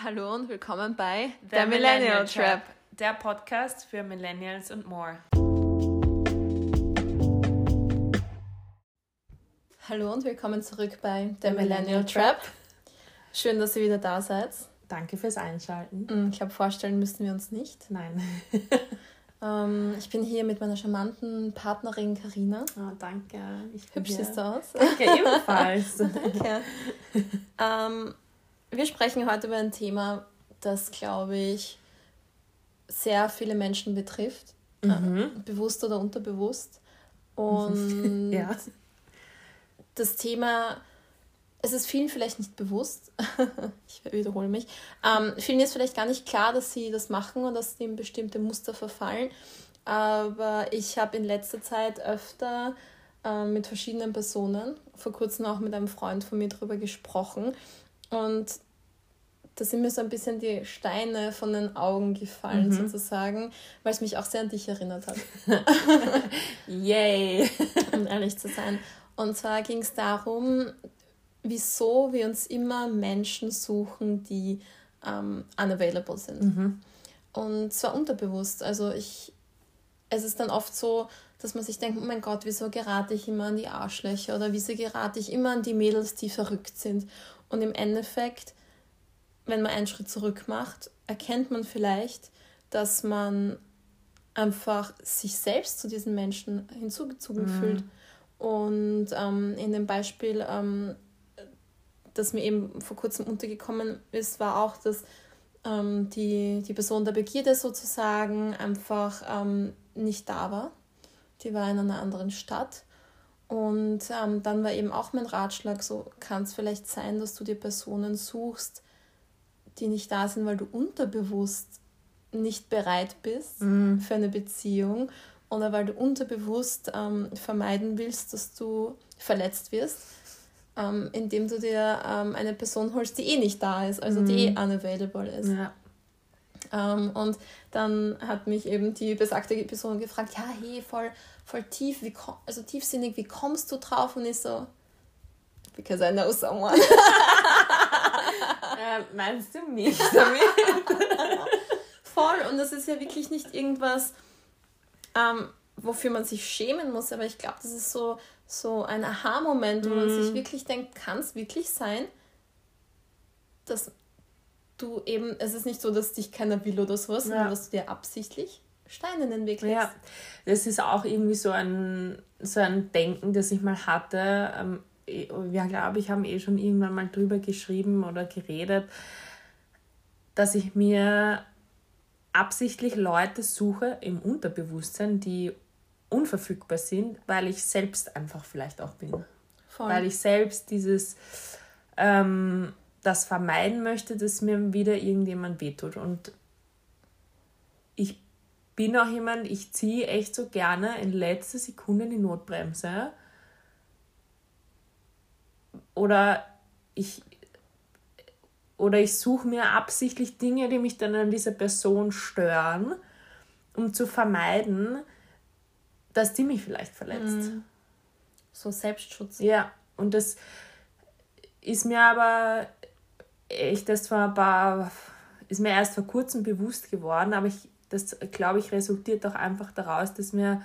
Hallo und willkommen bei The Millennial Trap, der Podcast für Millennials und more. Hallo und willkommen zurück bei The Millennial Trap. Schön, dass ihr wieder da seid. Danke fürs Einschalten. Ich glaube, vorstellen müssen wir uns nicht. Nein. Ich bin hier mit meiner charmanten Partnerin Carina. Oh, danke. Hübsch siehst du aus. Danke, ebenfalls. Danke. Wir sprechen heute über ein Thema, das, glaube ich, sehr viele Menschen betrifft. Bewusst oder unterbewusst. Und ja. Das Thema, es ist vielen vielleicht nicht bewusst, ich wiederhole mich, vielen ist vielleicht gar nicht klar, dass sie das machen und dass sie in bestimmte Muster verfallen. Aber ich habe in letzter Zeit öfter mit verschiedenen Personen, vor kurzem auch mit einem Freund von mir darüber gesprochen. Und da sind mir so ein bisschen die Steine von den Augen gefallen, sozusagen, weil es mich auch sehr an dich erinnert hat. Yay! Um ehrlich zu sein. Und zwar ging es darum, wieso wir uns immer Menschen suchen, die unavailable sind. Und zwar unterbewusst. Also es ist dann oft so, dass man sich denkt, oh mein Gott, wieso gerate ich immer an die Arschlöcher oder wieso gerate ich immer an die Mädels, die verrückt sind. Und im Endeffekt, wenn man einen Schritt zurück macht, erkennt man vielleicht, dass man einfach sich selbst zu diesen Menschen hinzugezogen fühlt. Und in dem Beispiel, das mir eben vor kurzem untergekommen ist, war auch, dass die Person der Begierde sozusagen einfach nicht da war. Die war in einer anderen Stadt. Und dann war eben auch mein Ratschlag, so kann es vielleicht sein, dass du dir Personen suchst, die nicht da sind, weil du unterbewusst nicht bereit bist für eine Beziehung oder weil du unterbewusst vermeiden willst, dass du verletzt wirst, indem du dir eine Person holst, die eh nicht da ist, also die eh unavailable ist. Ja. Und dann hat mich eben die besagte Person gefragt, ja, hey, voll tief, also tiefsinnig, wie kommst du drauf? Und ich so, because I know someone. Meinst du mich damit? Voll, und das ist ja wirklich nicht irgendwas, wofür man sich schämen muss, aber ich glaube, das ist so ein Aha-Moment, wo man sich wirklich denkt, kann es wirklich sein, dass du eben, es ist nicht so, dass dich keiner will oder sowas, sondern dass du dir absichtlich Steine in den Weg legst. Ja, das ist auch irgendwie so ein Denken, das ich mal hatte. Wir, glaube ich, haben schon irgendwann mal drüber geschrieben oder geredet, dass ich mir absichtlich Leute suche im Unterbewusstsein, die unverfügbar sind, weil ich selbst einfach vielleicht auch bin. Voll. Weil ich selbst das vermeiden möchte, dass mir wieder irgendjemand wehtut. Und ich bin auch jemand, ich ziehe echt so gerne in letzter Sekunde die Notbremse. Oder ich suche mir absichtlich Dinge, die mich dann an dieser Person stören, um zu vermeiden, dass die mich vielleicht verletzt. So Selbstschutz. Ja, und das ist mir aber echt ist mir erst vor kurzem bewusst geworden, aber das, glaube ich, resultiert auch einfach daraus, dass mir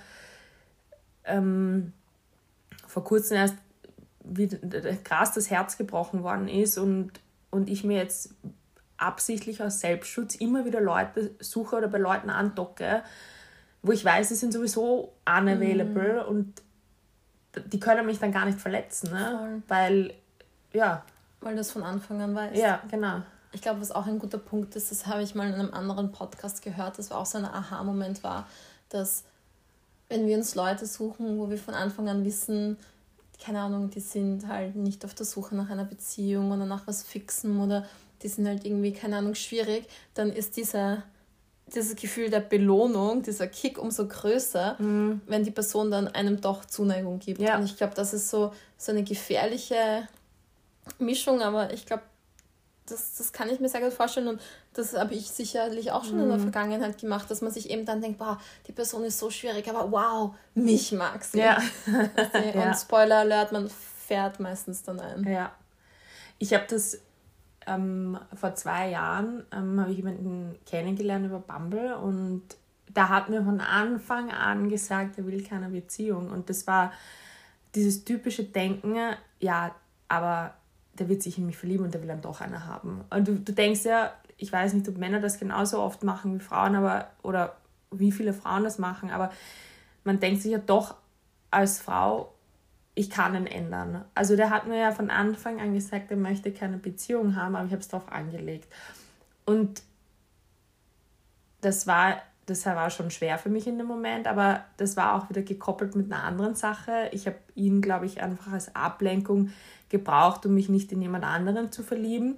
vor kurzem erst wieder krass das Herz gebrochen worden ist und ich mir jetzt absichtlich aus Selbstschutz immer wieder Leute suche oder bei Leuten andocke, wo ich weiß, sie sind sowieso unavailable und die können mich dann gar nicht verletzen, ne? Weil du es von Anfang an weißt. Ja, genau. Ich glaube, was auch ein guter Punkt ist, das habe ich mal in einem anderen Podcast gehört, das war auch so ein Aha-Moment war, dass wenn wir uns Leute suchen, wo wir von Anfang an wissen, keine Ahnung, die sind halt nicht auf der Suche nach einer Beziehung oder nach was Fixen oder die sind halt irgendwie, keine Ahnung, schwierig, dann ist dieses Gefühl der Belohnung, dieser Kick umso größer, wenn die Person dann einem doch Zuneigung gibt. Ja. Und ich glaube, das ist so eine gefährliche Mischung, aber ich glaube, das kann ich mir sehr gut vorstellen und das habe ich sicherlich auch schon in der Vergangenheit gemacht, dass man sich eben dann denkt, boah, die Person ist so schwierig, aber wow, mich mag sie. Ja. Und Spoiler Alert, man fährt meistens dann ein. Ja. Ich habe das vor 2 Jahren habe ich jemanden kennengelernt über Bumble und der hat mir von Anfang an gesagt, er will keine Beziehung. Und das war dieses typische Denken, ja, aber der wird sich in mich verlieben und der will dann doch eine haben. Und du denkst ja, ich weiß nicht, ob Männer das genauso oft machen wie Frauen, aber oder wie viele Frauen das machen, aber man denkt sich ja doch als Frau, ich kann ihn ändern. Also der hat mir ja von Anfang an gesagt, er möchte keine Beziehung haben, aber ich habe es darauf angelegt. Und das war schon schwer für mich in dem Moment, aber das war auch wieder gekoppelt mit einer anderen Sache. Ich habe ihn, glaube ich, einfach als Ablenkung gebraucht, um mich nicht in jemand anderen zu verlieben.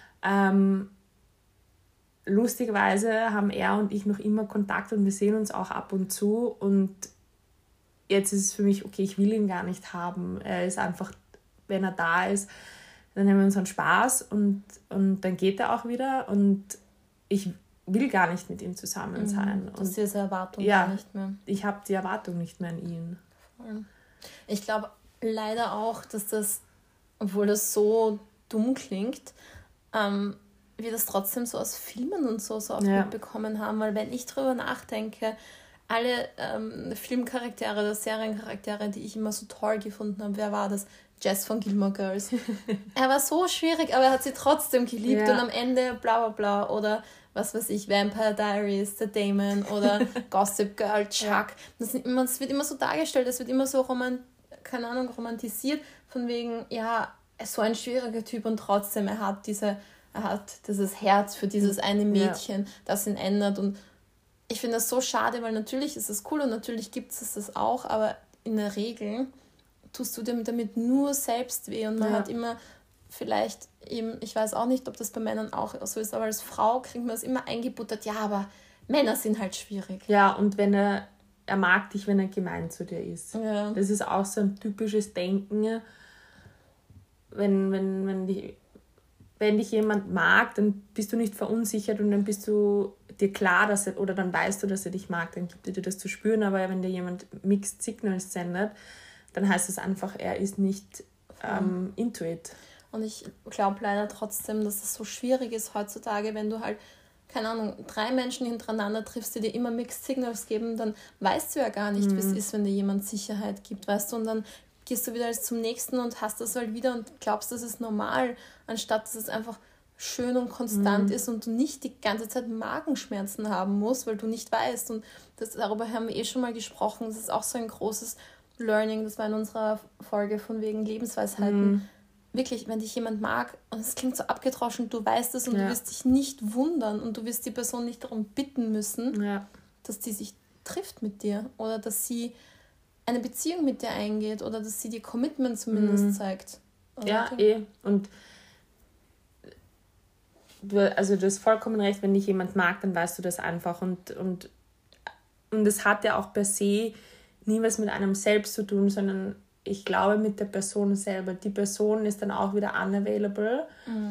Lustigerweise haben er und ich noch immer Kontakt und wir sehen uns auch ab und zu und jetzt ist es für mich, okay, ich will ihn gar nicht haben. Er ist einfach, wenn er da ist, dann haben wir unseren Spaß und dann geht er auch wieder und ich will gar nicht mit ihm zusammen sein. Du hast diese Erwartung gar nicht mehr. Ich habe die Erwartung nicht mehr an ihn. Ich glaube leider auch, dass das, obwohl das so dumm klingt, wir das trotzdem so aus Filmen und so oft mitbekommen haben, weil wenn ich drüber nachdenke, alle Filmcharaktere oder Seriencharaktere, die ich immer so toll gefunden habe, wer war das? Jess von Gilmore Girls. Er war so schwierig, aber er hat sie trotzdem geliebt und am Ende bla bla bla oder was weiß ich, Vampire Diaries, The Damon oder Gossip Girl, Chuck. Das wird immer so dargestellt, das wird immer so romantisiert, von wegen, ja, so ein schwieriger Typ und trotzdem, er hat dieses Herz für dieses eine Mädchen, das ihn ändert und ich finde das so schade, weil natürlich ist es cool und natürlich gibt es das auch, aber in der Regel tust du dir damit nur selbst weh und man hat immer vielleicht eben, ich weiß auch nicht, ob das bei Männern auch so ist, aber als Frau kriegt man es immer eingebuttert, ja, aber Männer sind halt schwierig. Ja, und wenn er mag dich, wenn er gemein zu dir ist. Ja. Das ist auch so ein typisches Denken, wenn dich jemand mag, dann bist du nicht verunsichert und dann bist du dir klar, oder dann weißt du, dass er dich mag, dann gibt er dir das zu spüren, aber wenn dir jemand Mixed Signals sendet, dann heißt es einfach, er ist nicht into it. Und ich glaube leider trotzdem, dass es so schwierig ist heutzutage, wenn du halt, keine Ahnung, 3 Menschen hintereinander triffst, die dir immer Mixed Signals geben, dann weißt du ja gar nicht, wie es ist, wenn dir jemand Sicherheit gibt, weißt du, und dann gehst du wieder zum nächsten und hast das halt wieder und glaubst, das ist normal, anstatt dass es einfach schön und konstant ist und du nicht die ganze Zeit Magenschmerzen haben musst, weil du nicht weißt. Und darüber haben wir schon mal gesprochen. Das ist auch so ein großes Learning, das war in unserer Folge von wegen Lebensweisheiten. Wirklich, wenn dich jemand mag und es klingt so abgedroschen, du weißt es und du wirst dich nicht wundern und du wirst die Person nicht darum bitten müssen, dass die sich trifft mit dir oder dass sie eine Beziehung mit dir eingeht oder dass sie dir Commitment zumindest zeigt. Ja, und du hast vollkommen recht, wenn dich jemand mag, dann weißt du das einfach und es hat ja auch per se nie was mit einem selbst zu tun, sondern ich glaube mit der Person selber. Die Person ist dann auch wieder unavailable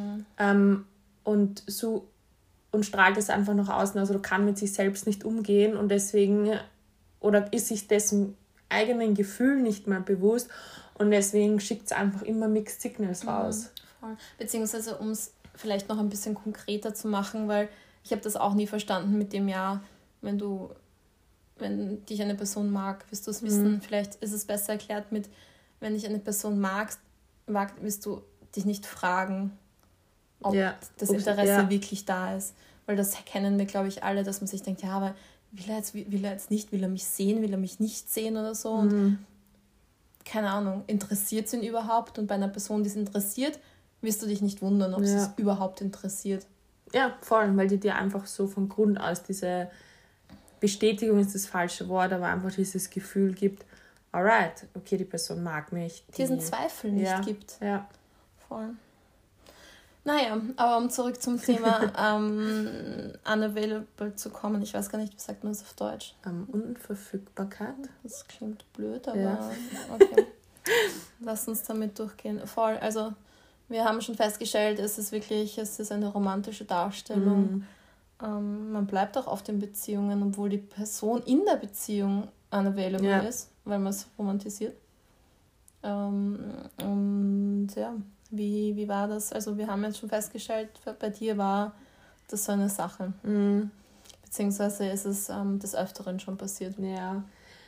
und strahlt es einfach nach außen, also kann mit sich selbst nicht umgehen und deswegen oder ist sich dessen eigenen Gefühl nicht mehr bewusst und deswegen schickt es einfach immer Mixed Signals raus. Voll. Beziehungsweise um es vielleicht noch ein bisschen konkreter zu machen, weil ich habe das auch nie verstanden mit dem wenn dich eine Person mag, wirst du es wissen. Vielleicht ist es besser erklärt mit, wenn dich eine Person mag, wirst du dich nicht fragen, ob das Interesse wirklich da ist. Weil das kennen wir, glaube ich, alle, dass man sich denkt, ja, aber will er jetzt nicht, will er mich sehen, will er mich nicht sehen oder so. Und keine Ahnung, interessiert es ihn überhaupt? Und bei einer Person, die es interessiert, wirst du dich nicht wundern, ob es überhaupt interessiert. Ja, vor allem, weil die dir einfach so von Grund aus diese Bestätigung ist das falsche Wort, aber einfach dieses Gefühl gibt, alright, okay, die Person mag mich. Diesen Zweifel nicht gibt. Ja. Voll. Naja, aber um zurück zum Thema unavailable zu kommen, ich weiß gar nicht, wie sagt man das auf Deutsch? Unverfügbarkeit. Das klingt blöd, aber okay. Lass uns damit durchgehen. Voll, also wir haben schon festgestellt, es ist eine romantische Darstellung. Man bleibt auch oft in Beziehungen, obwohl die Person in der Beziehung unavailable ist, weil man es romantisiert. Und ja. Wie war das? Also wir haben jetzt schon festgestellt, bei dir war das so eine Sache. Mhm. Beziehungsweise ist es des Öfteren schon passiert. Ja.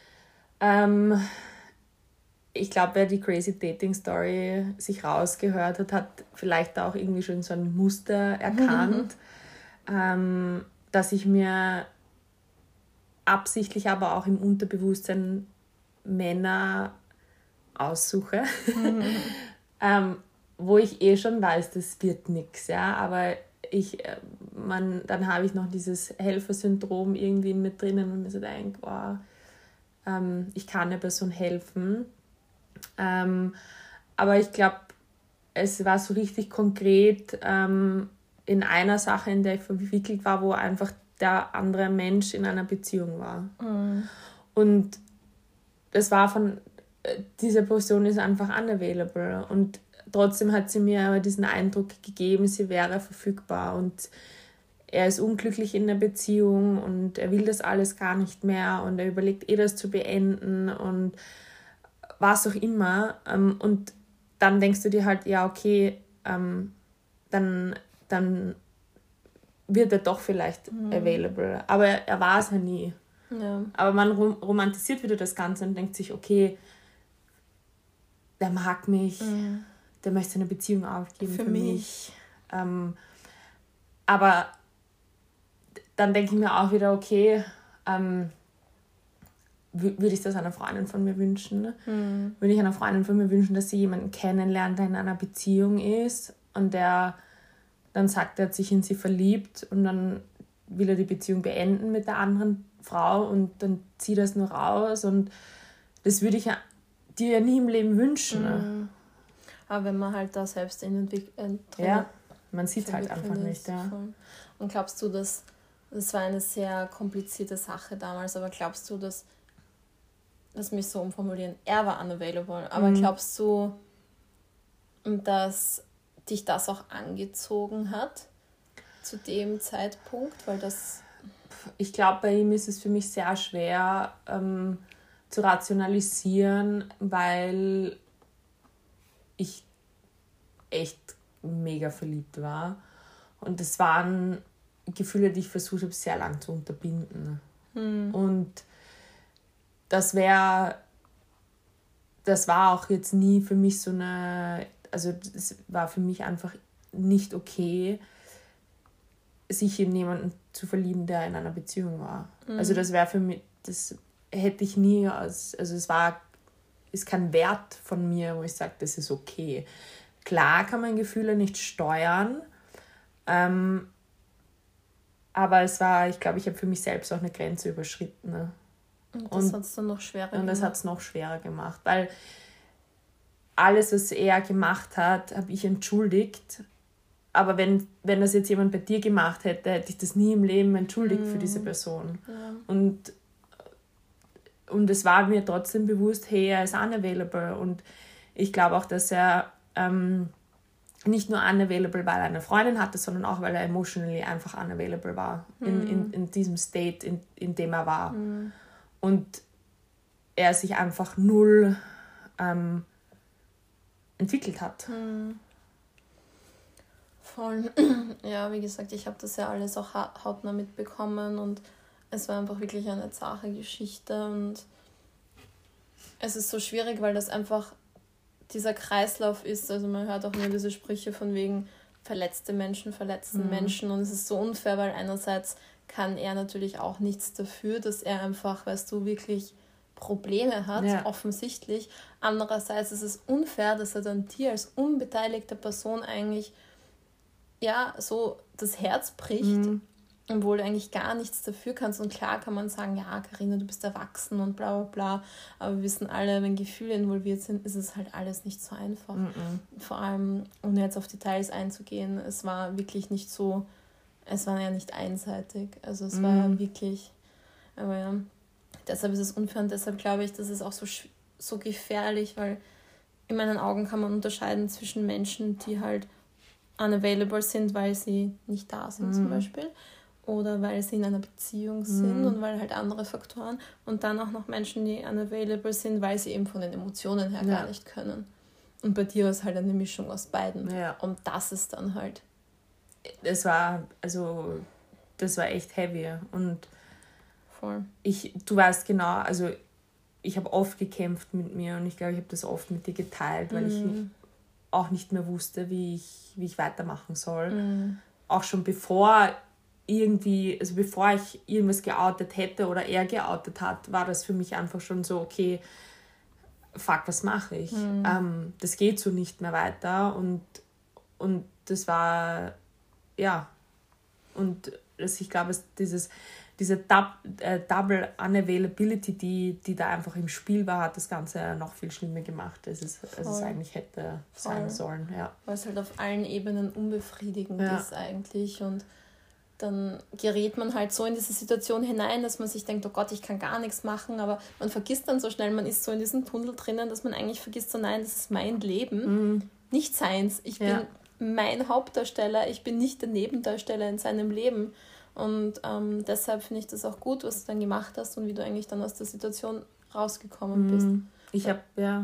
Ich glaube, wer die Crazy Dating Story sich rausgehört hat, hat vielleicht auch irgendwie schon so ein Muster erkannt, dass ich mir absichtlich, aber auch im Unterbewusstsein Männer aussuche, wo ich schon weiß, das wird nichts, ja, aber dann habe ich noch dieses Helfersyndrom irgendwie mit drinnen und mir so denke, wow, ich kann der Person helfen. Aber ich glaube, es war so richtig konkret in einer Sache, in der ich verwickelt war, wo einfach der andere Mensch in einer Beziehung war. Mhm. Und das war diese Person ist einfach unavailable und trotzdem hat sie mir aber diesen Eindruck gegeben, sie wäre verfügbar und er ist unglücklich in der Beziehung und er will das alles gar nicht mehr und er überlegt das zu beenden und was auch immer. Und dann denkst du dir halt, ja okay, dann wird er doch vielleicht available. Aber er war es ja nie. Ja. Aber man romantisiert wieder das Ganze und denkt sich, okay, der mag mich, der möchte eine Beziehung aufgeben für mich. Aber dann denke ich mir auch wieder, okay, würde ich das einer Freundin von mir wünschen? Ne? Würde ich einer Freundin von mir wünschen, dass sie jemanden kennenlernt, der in einer Beziehung ist und der dann sagt, er hat sich in sie verliebt und dann will er die Beziehung beenden mit der anderen Frau und dann zieht er es nur raus und das würde ich dir ja nie im Leben wünschen. Ne? Aber wenn man halt da selbst ja, man sieht halt einfach nicht. Ja. Und glaubst du, das war eine sehr komplizierte Sache damals, aber glaubst du, lass mich so umformulieren, er war unavailable, aber glaubst du, dass dich das auch angezogen hat zu dem Zeitpunkt? Weil das... Ich glaube, bei ihm ist es für mich sehr schwer zu rationalisieren, weil ich echt mega verliebt war. Und es waren Gefühle, die ich versucht habe, sehr lang zu unterbinden. Und das war auch jetzt nie für mich so eine... Also es war für mich einfach nicht okay, sich in jemanden zu verlieben, der in einer Beziehung war. Also das wäre für mich, das hätte ich nie ist kein Wert von mir, wo ich sage, das ist okay. Klar kann man Gefühle nicht steuern, aber ich glaube, ich habe für mich selbst auch eine Grenze überschritten. Ne? Und das hat es dann noch schwerer gemacht. Und das hat es noch schwerer gemacht, weil alles, was er gemacht hat, habe ich entschuldigt. Aber wenn das jetzt jemand bei dir gemacht hätte, hätte ich das nie im Leben entschuldigt für diese Person. Ja. Und es war mir trotzdem bewusst, hey, er ist unavailable. Und ich glaube auch, dass er nicht nur unavailable, weil er eine Freundin hatte, sondern auch, weil er emotionally einfach unavailable war. In diesem State, in dem er war. Und er sich einfach null entwickelt hat. Voll. Ja, wie gesagt, ich habe das ja alles auch hautnah mitbekommen und es war einfach wirklich eine zahre Geschichte und es ist so schwierig, weil das einfach dieser Kreislauf ist. Also man hört auch nur diese Sprüche von wegen verletzte Menschen verletzen Menschen und es ist so unfair, weil einerseits kann er natürlich auch nichts dafür, dass er einfach, weißt du, wirklich Probleme hat, offensichtlich. Andererseits ist es unfair, dass er dann dir als unbeteiligte Person eigentlich so das Herz bricht, obwohl du eigentlich gar nichts dafür kannst. Und klar kann man sagen, ja, Carina, du bist erwachsen und bla bla bla, aber wir wissen alle, wenn Gefühle involviert sind, ist es halt alles nicht so einfach. Vor allem, ohne jetzt auf Details einzugehen, es war wirklich nicht so, es war ja nicht einseitig. Also es war ja wirklich, aber ja, deshalb ist es unfair und deshalb glaube ich, dass es auch so gefährlich, weil in meinen Augen kann man unterscheiden zwischen Menschen, die halt unavailable sind, weil sie nicht da sind zum Beispiel oder weil sie in einer Beziehung sind und weil halt andere Faktoren und dann auch noch Menschen, die unavailable sind, weil sie eben von den Emotionen her gar nicht können. Und bei dir war es halt eine Mischung aus beiden. Ja. Und das ist dann halt... Das war echt heavy. Und voll. Du weißt genau, also ich habe oft gekämpft mit mir und ich glaube, ich habe das oft mit dir geteilt, weil ich auch nicht mehr wusste, wie ich weitermachen soll. Auch schon bevor ich irgendwas geoutet hätte oder er geoutet hat, war das für mich einfach schon so, okay, fuck, was mache ich? Das geht so nicht mehr weiter und das war, ja, und ich glaube, diese Double Unavailability, die da einfach im Spiel war, hat das Ganze noch viel schlimmer gemacht, als es eigentlich hätte sein sollen. Ja. Weil es halt auf allen Ebenen unbefriedigend ist eigentlich und dann gerät man halt so in diese Situation hinein, dass man sich denkt, oh Gott, ich kann gar nichts machen, aber man vergisst dann so schnell, man ist so in diesem Tunnel drinnen, dass man eigentlich vergisst, so nein, das ist mein Leben, nicht seins. Ich bin mein Hauptdarsteller, ich bin nicht der Nebendarsteller in seinem Leben. Und deshalb finde ich das auch gut, was du dann gemacht hast und wie du eigentlich dann aus der Situation rausgekommen bist. Ich habe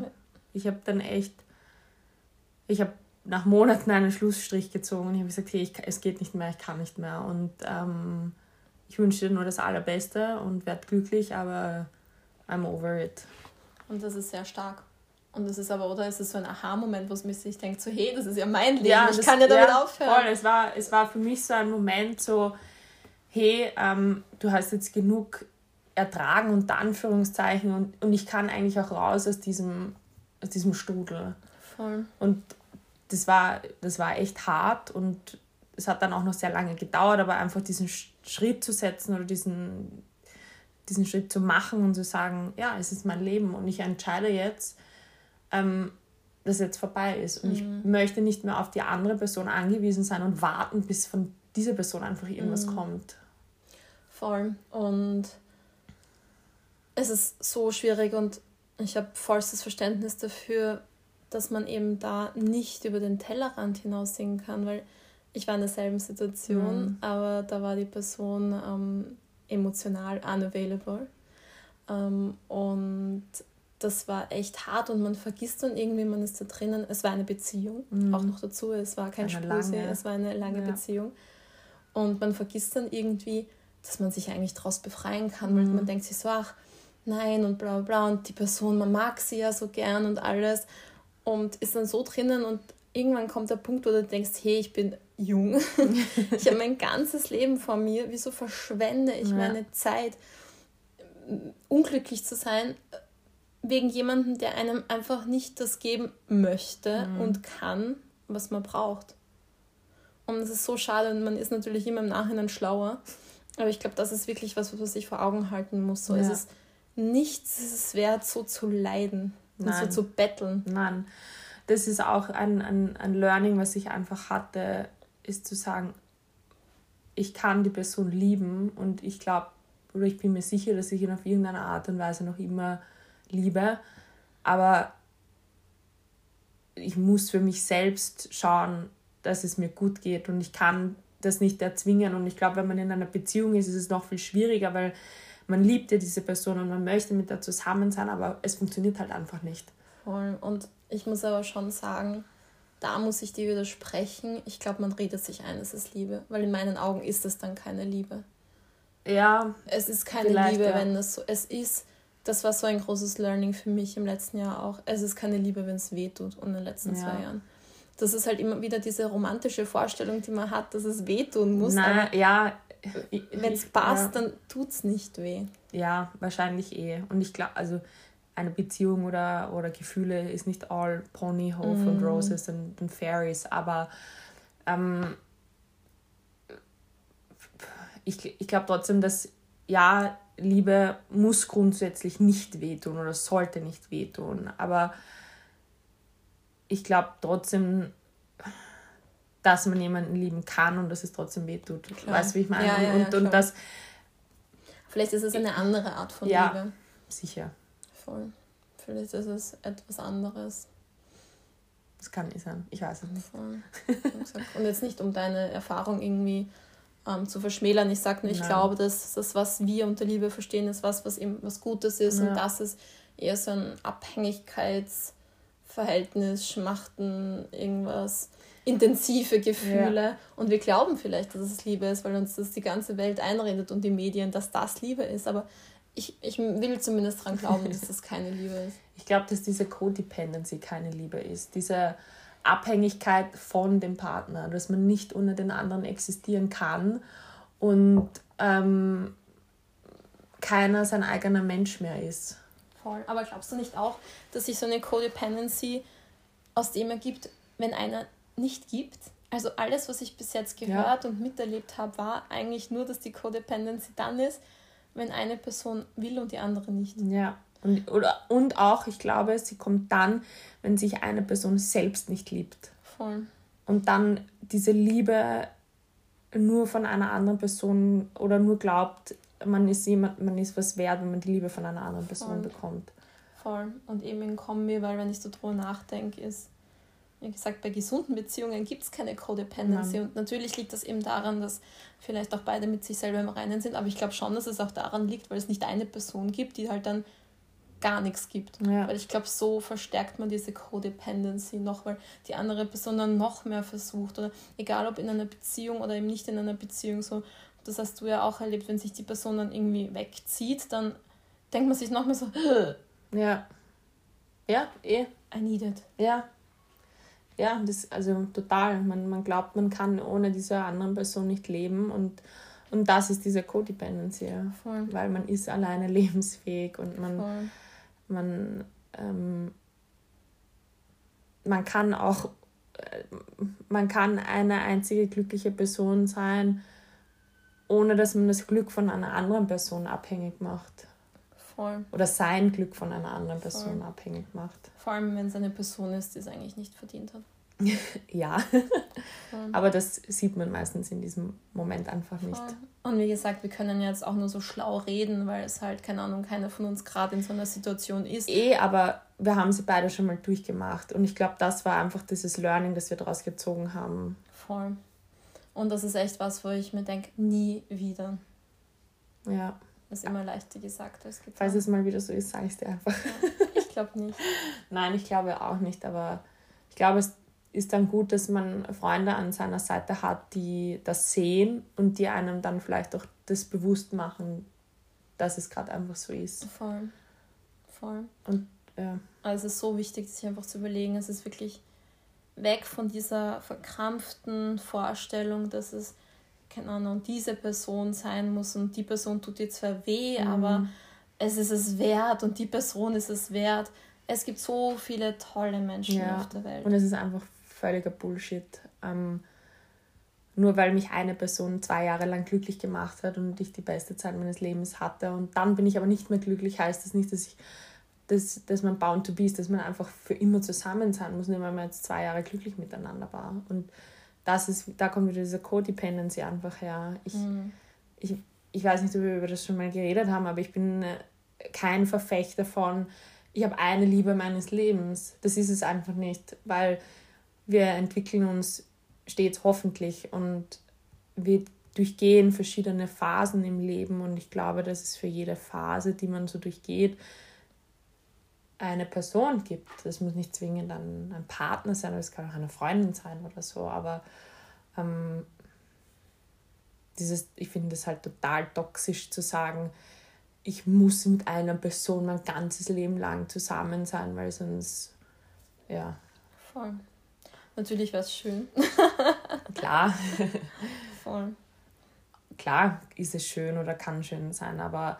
nach Monaten einen Schlussstrich gezogen und ich habe gesagt, hey, es geht nicht mehr, ich kann nicht mehr. Und ich wünsche dir nur das Allerbeste und werd glücklich, aber I'm over it. Und das ist sehr stark. Und das ist aber, oder ist es so ein Aha-Moment, wo man sich denkt, so hey, das ist ja mein Leben, ich kann ja damit aufhören. Voll, es war für mich so ein Moment so, hey, du hast jetzt genug ertragen, unter Anführungszeichen, und ich kann eigentlich auch raus aus diesem Strudel. Voll. Und das war echt hart und es hat dann auch noch sehr lange gedauert, aber einfach diesen Schritt zu setzen oder diesen Schritt zu machen und zu sagen, ja, es ist mein Leben und ich entscheide jetzt, dass jetzt vorbei ist. Und ich möchte nicht mehr auf die andere Person angewiesen sein und warten, bis von dieser Person einfach irgendwas kommt. Voll. Und es ist so schwierig und ich habe vollstes Verständnis dafür, dass man eben da nicht über den Tellerrand hinaussehen kann, weil ich war in derselben Situation, aber da war die Person emotional unavailable. Und das war echt hart und man vergisst dann irgendwie, man ist da drinnen. Es war eine Beziehung, auch noch dazu. Es war kein Spruse, es war eine lange Beziehung. Und man vergisst dann irgendwie, dass man sich eigentlich daraus befreien kann, weil man denkt sich so, ach, nein und bla bla und die Person, man mag sie ja so gern und alles und ist dann so drinnen und irgendwann kommt der Punkt, wo du denkst, hey, ich bin jung, ich habe mein ganzes Leben vor mir, wieso verschwende ich meine Zeit, unglücklich zu sein, wegen jemandem, der einem einfach nicht das geben möchte und kann, was man braucht. Und es ist so schade und man ist natürlich immer im Nachhinein schlauer, aber ich glaube, das ist wirklich was ich vor Augen halten muss. So, es ist nichts ist es wert, so zu leiden und so zu betteln. Nein, das ist auch ein Learning, was ich einfach hatte, ist zu sagen, ich kann die Person lieben und ich glaube, oder ich bin mir sicher, dass ich ihn auf irgendeine Art und Weise noch immer liebe, aber ich muss für mich selbst schauen, dass es mir gut geht und ich kann das nicht erzwingen und ich glaube, wenn man in einer Beziehung ist es noch viel schwieriger, weil man liebt ja diese Person und man möchte mit der zusammen sein, aber es funktioniert halt einfach nicht. Voll. Und ich muss aber schon sagen, da muss ich dir widersprechen. Ich glaube, man redet sich ein, es ist Liebe, weil in meinen Augen ist es dann keine Liebe. Ja. Es ist keine Liebe, wenn das so ist. Das war so ein großes Learning für mich im letzten Jahr auch. Es ist keine Liebe, wenn es weh tut und in den letzten 2 Jahren. Das ist halt immer wieder diese romantische Vorstellung, die man hat, dass es wehtun muss. Nein, ja. Wenn es passt, dann tut es nicht weh. Ja, wahrscheinlich eh. Und ich glaube, also eine Beziehung oder Gefühle ist nicht all Ponyhof und Roses und Fairies, aber ich glaube trotzdem, dass Liebe muss grundsätzlich nicht wehtun oder sollte nicht wehtun, aber ich glaube trotzdem, dass man jemanden lieben kann und dass es trotzdem wehtut. Weißt du, wie ich meine? Ja, und das, vielleicht ist es eine andere Art von Liebe. Ja, sicher. Voll. Vielleicht ist es etwas anderes. Das kann nicht sein. Ich weiß es nicht. Voll. Und jetzt nicht, um deine Erfahrung irgendwie zu verschmälern. Ich sage nur, ich glaube, dass das, was wir unter Liebe verstehen, ist was eben was Gutes ist und das ist eher so ein Abhängigkeitsverhältnis Verhältnis, Schmachten, irgendwas, intensive Gefühle. Und wir glauben vielleicht, dass es Liebe ist, weil uns das die ganze Welt einredet und die Medien, dass das Liebe ist. Aber ich will zumindest daran glauben, dass das keine Liebe ist. Ich glaube, dass diese Codependency keine Liebe ist. Diese Abhängigkeit von dem Partner, dass man nicht ohne den anderen existieren kann und keiner sein eigener Mensch mehr ist. Voll. Aber glaubst du nicht auch, dass sich so eine Codependency aus dem ergibt, wenn einer nicht gibt? Also alles, was ich bis jetzt gehört und miterlebt habe, war eigentlich nur, dass die Codependency dann ist, wenn eine Person will und die andere nicht. Ja. Und auch, ich glaube, sie kommt dann, wenn sich eine Person selbst nicht liebt. Voll. Und dann diese Liebe nur von einer anderen Person oder nur glaubt, man ist was wert, wenn man die Liebe von einer anderen Person bekommt. Voll. Und eben in Kombi, weil wenn ich so drüber nachdenke, ist, wie gesagt, bei gesunden Beziehungen gibt es keine Codependency. Und natürlich liegt das eben daran, dass vielleicht auch beide mit sich selber im Reinen sind. Aber ich glaube schon, dass es auch daran liegt, weil es nicht eine Person gibt, die halt dann gar nichts gibt. Ja. Weil ich glaube, so verstärkt man diese Codependency noch, weil die andere Person dann noch mehr versucht. Oder egal, ob in einer Beziehung oder eben nicht in einer Beziehung so. Das hast du ja auch erlebt, wenn sich die Person dann irgendwie wegzieht, dann denkt man sich noch mehr so, ja. Ja, I need it. Ja. Ja, das, also total. Man glaubt, man kann ohne diese andere Person nicht leben und das ist diese Codependency, ja. Voll. Weil man ist alleine lebensfähig und man kann auch, man kann eine einzige glückliche Person sein, ohne dass man das Glück von einer anderen Person abhängig macht. Voll. Oder sein Glück von einer anderen Person abhängig macht. Vor allem, wenn es eine Person ist, die es eigentlich nicht verdient hat. Ja, aber das sieht man meistens in diesem Moment einfach nicht. Und wie gesagt, wir können jetzt auch nur so schlau reden, weil es halt, keine Ahnung, keiner von uns gerade in so einer Situation ist. Aber wir haben sie beide schon mal durchgemacht und ich glaube, das war einfach dieses Learning, das wir daraus gezogen haben. Voll. Und das ist echt was, wo ich mir denke, nie wieder. Ja. Das ist immer leichter gesagt als getan. Falls es mal wieder so ist, sage ich es dir einfach. Ja, ich glaube nicht. Nein, ich glaube auch nicht, aber ich glaube, es ist dann gut, dass man Freunde an seiner Seite hat, die das sehen und die einem dann vielleicht auch das bewusst machen, dass es gerade einfach so ist. Voll. Und ja. Also es ist so wichtig, sich einfach zu überlegen, es ist wirklich weg von dieser verkrampften Vorstellung, dass es, keine Ahnung, diese Person sein muss und die Person tut dir zwar weh, aber es ist es wert und die Person ist es wert. Es gibt so viele tolle Menschen auf der Welt. Und es ist einfach völliger Bullshit. Nur weil mich eine Person 2 Jahre lang glücklich gemacht hat und ich die beste Zeit meines Lebens hatte und dann bin ich aber nicht mehr glücklich, heißt das nicht, dass man bound to be ist, dass man einfach für immer zusammen sein muss, nur weil man jetzt 2 Jahre glücklich miteinander war. Und da kommt wieder diese Codependency einfach her. Ich weiß nicht, ob wir über das schon mal geredet haben, aber ich bin kein Verfechter von, ich habe eine Liebe meines Lebens. Das ist es einfach nicht, weil wir entwickeln uns stets hoffentlich und wir durchgehen verschiedene Phasen im Leben und ich glaube, dass es für jede Phase, die man so durchgeht, eine Person gibt. Das muss nicht zwingend ein Partner sein, es kann auch eine Freundin sein oder so, aber ich finde es halt total toxisch zu sagen, ich muss mit einer Person mein ganzes Leben lang zusammen sein, weil sonst, ja. Voll. Natürlich wäre es schön. Klar. Voll. Klar ist es schön oder kann schön sein, aber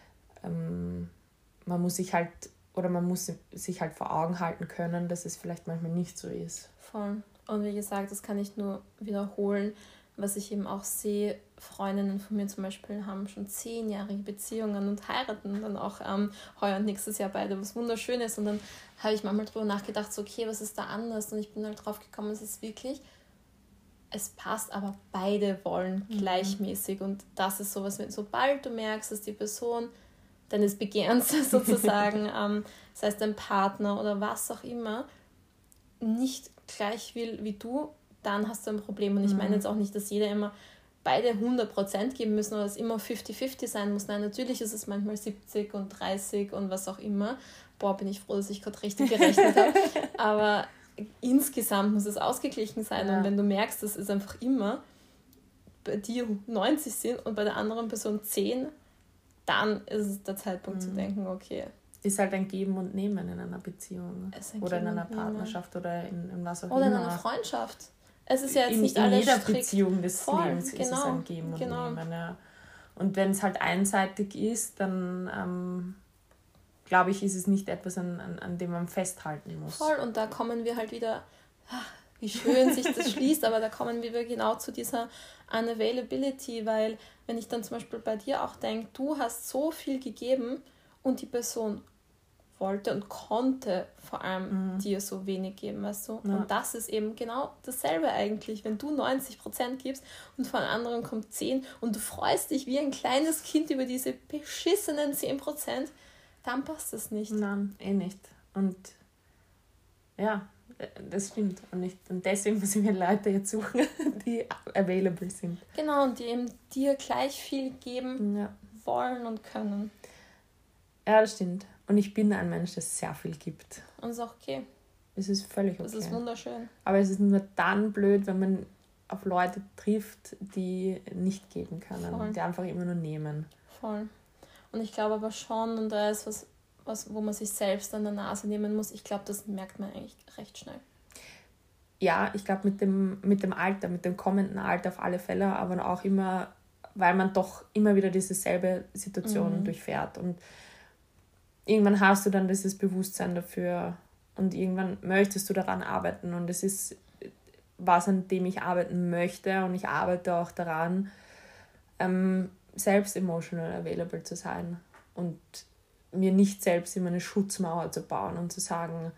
man muss sich halt vor Augen halten können, dass es vielleicht manchmal nicht so ist. Voll. Und wie gesagt, das kann ich nur wiederholen, was ich eben auch sehe. Freundinnen von mir zum Beispiel haben schon 10-jährige Beziehungen und heiraten dann auch heuer und nächstes Jahr beide, was wunderschön ist. Und dann habe ich manchmal drüber nachgedacht, so okay, was ist da anders? Und ich bin halt drauf gekommen, es ist wirklich, es passt, aber beide wollen gleichmäßig. Und das ist sowas, sobald du merkst, dass die Person deines Begehrens sozusagen, das heißt dein Partner oder was auch immer, nicht gleich will wie du, dann hast du ein Problem. Und ich meine jetzt auch nicht, dass jeder immer beide 100% geben müssen oder es immer 50-50 sein muss. Nein, natürlich ist es manchmal 70 und 30 und was auch immer. bin ich froh, dass ich gerade richtig gerechnet habe. Aber insgesamt muss es ausgeglichen sein. Und wenn du merkst, dass es einfach immer bei dir 90 sind und bei der anderen Person 10, dann ist es der Zeitpunkt zu denken, okay. Ist halt ein Geben und Nehmen in einer Beziehung. Oder in einer Partnerschaft oder in was auch immer. Oder in einer Freundschaft. Es ist ja jetzt nicht alles strikt. In jeder Beziehung des Lebens ist es ein Geben und Nehmen. Ja. Und wenn es halt einseitig ist, dann glaube ich, ist es nicht etwas, an dem man festhalten muss. Voll, und da kommen wir halt wieder, wie schön sich das schließt, aber da kommen wir genau zu dieser Unavailability, weil wenn ich dann zum Beispiel bei dir auch denke, du hast so viel gegeben und die Person wollte und konnte vor allem dir so wenig geben, weißt du? Ja. Und das ist eben genau dasselbe eigentlich, wenn du 90% gibst und von anderen kommt 10 und du freust dich wie ein kleines Kind über diese beschissenen 10%, dann passt es nicht. Nein, nicht. Und ja, das stimmt. Und deswegen muss ich mir Leute jetzt suchen, die available sind. Genau, und die eben dir gleich viel geben wollen und können. Ja, das stimmt. Und ich bin ein Mensch, der sehr viel gibt. Und es ist auch okay. Es ist völlig okay. Das ist wunderschön. Aber es ist nur dann blöd, wenn man auf Leute trifft, die nicht geben können. Voll. Die einfach immer nur nehmen. Voll. Und ich glaube aber schon, und da ist was, wo man sich selbst an der Nase nehmen muss, ich glaube, das merkt man eigentlich recht schnell. Ja, ich glaube mit dem Alter, mit dem kommenden Alter auf alle Fälle, aber auch immer, weil man doch immer wieder diese selbe Situation durchfährt. Und irgendwann hast du dann dieses Bewusstsein dafür und irgendwann möchtest du daran arbeiten. Und es ist was, an dem ich arbeiten möchte, und ich arbeite auch daran, selbst emotional available zu sein und mir nicht selbst immer eine Schutzmauer zu bauen und zu sagen,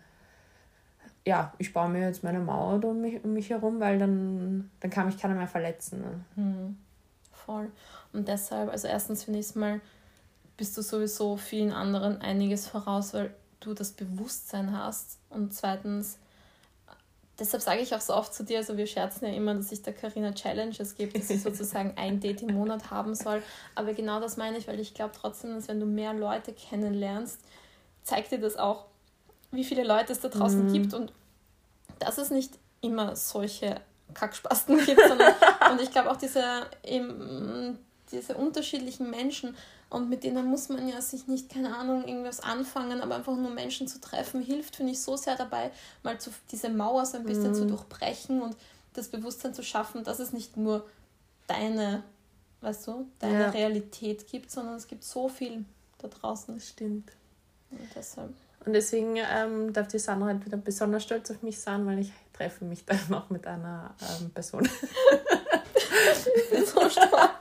ja, ich baue mir jetzt meine Mauer um mich herum, weil dann kann mich keiner mehr verletzen. Ne? Voll. Und deshalb, also erstens finde ich es mal, bist du sowieso vielen anderen einiges voraus, weil du das Bewusstsein hast. Und zweitens, deshalb sage ich auch so oft zu dir, also wir scherzen ja immer, dass ich der Carina Challenges gebe, dass sie sozusagen ein Date im Monat haben soll. Aber genau das meine ich, weil ich glaube trotzdem, dass wenn du mehr Leute kennenlernst, zeigt dir das auch, wie viele Leute es da draußen gibt und dass es nicht immer solche Kackspasten gibt, sondern und ich glaube auch diese unterschiedlichen Menschen, und mit denen muss man ja sich nicht, keine Ahnung, irgendwas anfangen, aber einfach nur Menschen zu treffen, hilft, finde ich, so sehr dabei, mal diese Mauer so ein bisschen zu durchbrechen und das Bewusstsein zu schaffen, dass es nicht nur deine Realität gibt, sondern es gibt so viel da draußen. Das stimmt. Und deshalb. Und deswegen darf die Sandra halt wieder besonders stolz auf mich sein, weil ich treffe mich dann noch mit einer Person. Ich bin so stolz.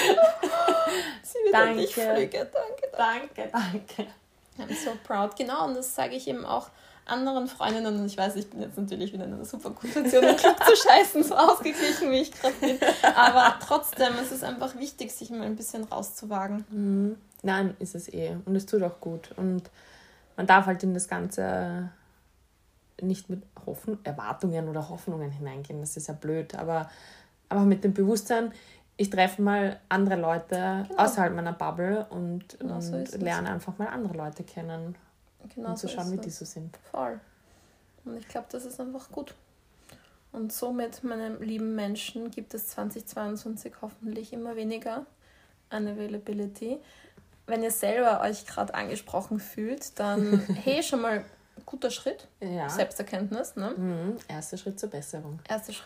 Sie wird danke. Dich pflege. Danke. I'm so proud. Genau, und das sage ich eben auch anderen Freundinnen. Und ich weiß, ich bin jetzt natürlich wieder in einer super Situation, um klug zu scheißen, so ausgeglichen, wie ich gerade bin. Aber trotzdem, es ist einfach wichtig, sich mal ein bisschen rauszuwagen. Nein, ist es eh. Und es tut auch gut. Und man darf halt in das Ganze nicht mit Erwartungen oder Hoffnungen hineingehen. Das ist ja blöd. Aber mit dem Bewusstsein, ich treffe mal andere Leute außerhalb meiner Bubble und so lerne einfach mal andere Leute kennen. Und zu schauen, wie die so sind. Voll. Und ich glaube, das ist einfach gut. Und somit, meine lieben Menschen, gibt es 2022 hoffentlich immer weniger Unavailability. Wenn ihr selber euch gerade angesprochen fühlt, dann schon mal guter Schritt. Ja. Selbsterkenntnis. Ne? Erster Schritt zur Besserung.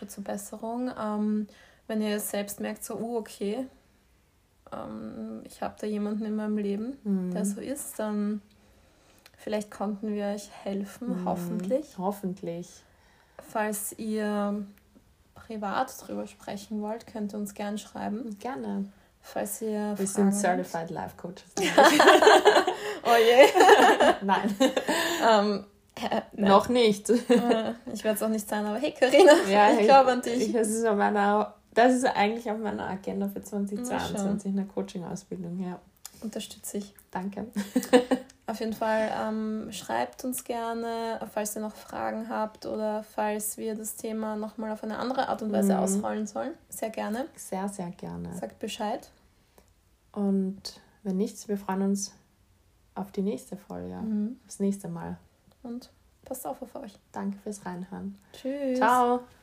Wenn ihr selbst merkt, so, okay, ich habe da jemanden in meinem Leben, der so ist, dann vielleicht konnten wir euch helfen, hoffentlich. Falls ihr privat drüber sprechen wollt, könnt ihr uns gerne schreiben. Gerne. Falls ihr wir sind Certified Life Coaches. Oh je. Nein. Noch nicht. Ich werde es auch nicht sein, aber hey Carina, ich glaube an dich. Das ist eigentlich auf meiner Agenda für 2022, eine Coaching-Ausbildung, ja. Unterstütze ich. Danke. Auf jeden Fall schreibt uns gerne, falls ihr noch Fragen habt oder falls wir das Thema nochmal auf eine andere Art und Weise ausrollen sollen. Sehr gerne. Sehr, sehr gerne. Sagt Bescheid. Und wenn nichts, wir freuen uns auf die nächste Folge. Das nächste Mal. Und passt auf euch. Danke fürs Reinhören. Tschüss. Ciao.